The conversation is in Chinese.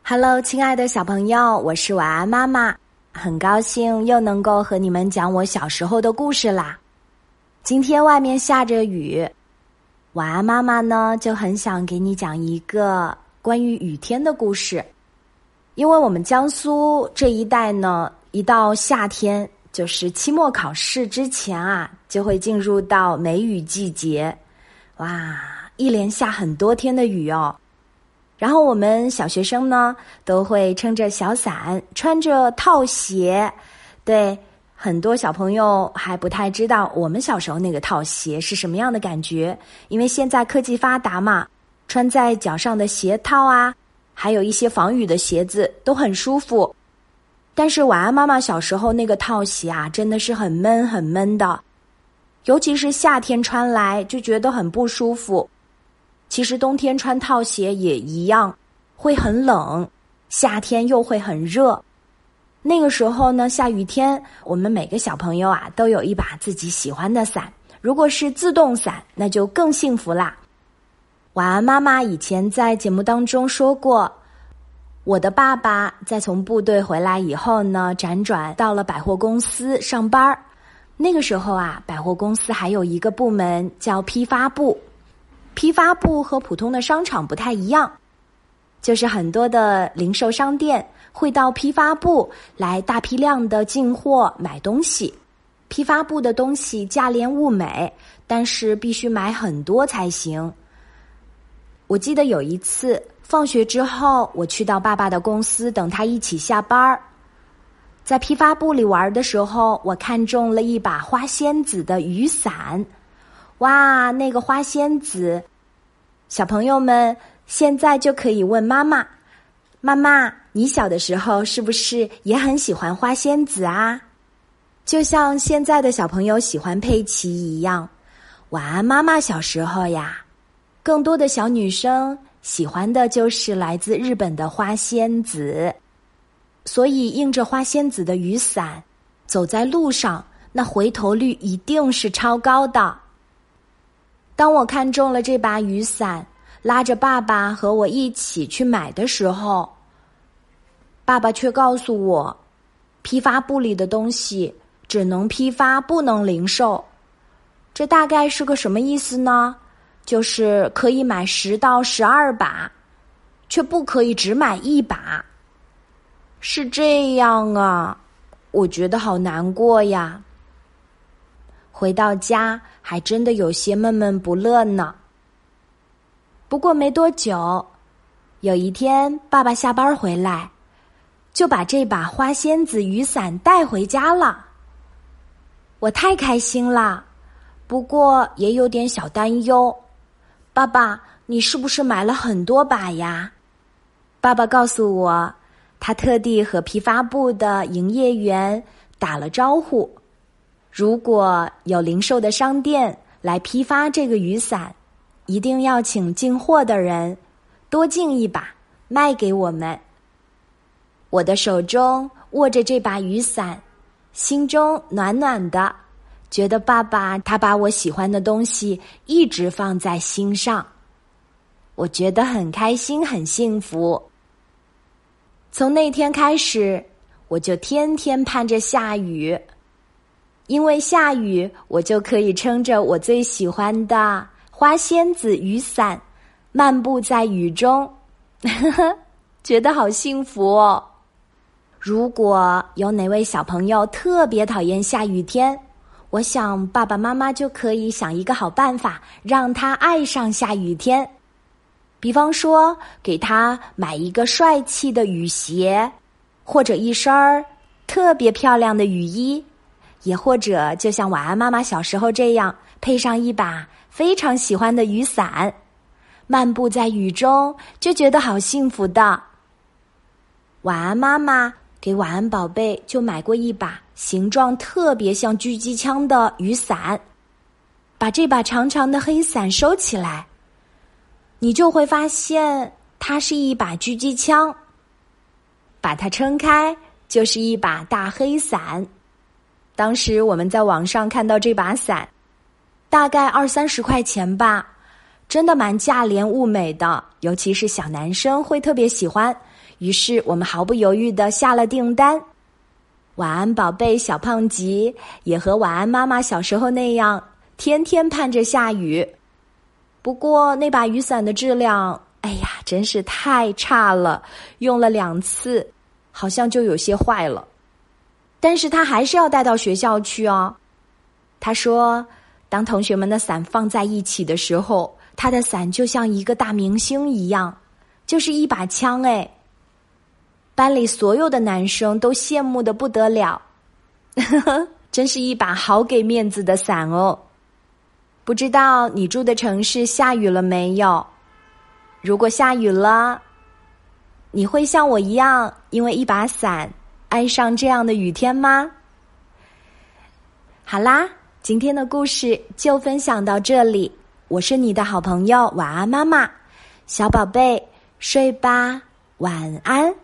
Hello， 亲爱的小朋友，我是晚安妈妈，很高兴又能够和你们讲我小时候的故事啦。今天外面下着雨，晚安妈妈呢就很想给你讲一个关于雨天的故事。因为我们江苏这一带呢，一到夏天，就是期末考试之前啊，就会进入到梅雨季节。哇，一连下很多天的雨哦。然后我们小学生呢，都会撑着小伞，穿着套鞋。对，很多小朋友还不太知道我们小时候那个套鞋是什么样的感觉，因为现在科技发达嘛，穿在脚上的鞋套啊，还有一些防雨的鞋子都很舒服。但是晚安妈妈小时候那个套鞋啊，真的是很闷很闷的，尤其是夏天穿来就觉得很不舒服。其实冬天穿套鞋也一样，会很冷，夏天又会很热。那个时候呢，下雨天，我们每个小朋友啊，都有一把自己喜欢的伞。如果是自动伞，那就更幸福啦。晚安妈妈以前在节目当中说过，我的爸爸在从部队回来以后呢，辗转到了百货公司上班。那个时候啊，百货公司还有一个部门叫批发部。批发部和普通的商场不太一样，就是很多的零售商店会到批发部来大批量的进货买东西。批发部的东西价廉物美，但是必须买很多才行。我记得有一次放学之后，我去到爸爸的公司等他一起下班，在批发部里玩的时候，我看中了一把花仙子的雨伞。哇，那个花仙子，小朋友们现在就可以问妈妈，妈妈，你小的时候是不是也很喜欢花仙子啊？就像现在的小朋友喜欢佩奇一样，晚安妈妈小时候呀，更多的小女生喜欢的就是来自日本的花仙子，所以印着花仙子的雨伞，走在路上，那回头率一定是超高的。当我看中了这把雨伞，拉着爸爸和我一起去买的时候，爸爸却告诉我，批发部里的东西只能批发不能零售。这大概是个什么意思呢？就是可以买10到12把，却不可以只买1把。是这样啊，我觉得好难过呀。回到家还真的有些闷闷不乐呢。不过没多久，有一天爸爸下班回来，就把这把花仙子雨伞带回家了。我太开心了，不过也有点小担忧。爸爸，你是不是买了很多把呀？爸爸告诉我，他特地和批发部的营业员打了招呼，如果有零售的商店来批发这个雨伞，一定要请进货的人多进1把，卖给我们。我的手中握着这把雨伞，心中暖暖的，觉得爸爸他把我喜欢的东西一直放在心上，我觉得很开心很幸福。从那天开始，我就天天盼着下雨，因为下雨，我就可以撑着我最喜欢的花仙子雨伞，漫步在雨中，觉得好幸福哦。如果有哪位小朋友特别讨厌下雨天，我想爸爸妈妈就可以想一个好办法，让他爱上下雨天。比方说，给他买一个帅气的雨鞋，或者一身特别漂亮的雨衣，也或者就像晚安妈妈小时候这样，配上一把非常喜欢的雨伞，漫步在雨中，就觉得好幸福的。晚安妈妈给晚安宝贝就买过一把形状特别像狙击枪的雨伞，把这把长长的黑伞收起来，你就会发现它是一把狙击枪，把它撑开就是一把大黑伞。当时我们在网上看到这把伞，大概20-30块钱吧， 真的蛮价廉物美的，尤其是小男生会特别喜欢。于是我们毫不犹豫地下了订单。晚安宝贝小胖吉也和晚安妈妈小时候那样，天天盼着下雨。不过那把雨伞的质量，哎呀，真是太差了，用了2次，好像就有些坏了。但是他还是要带到学校去哦。他说，当同学们的伞放在一起的时候，他的伞就像一个大明星一样，就是一把枪哎。班里所有的男生都羡慕得不得了，真是一把好给面子的伞哦。不知道你住的城市下雨了没有？如果下雨了，你会像我一样，因为一把伞，爱上这样的雨天吗？好啦，今天的故事就分享到这里。我是你的好朋友晚安妈妈，小宝贝，睡吧，晚安。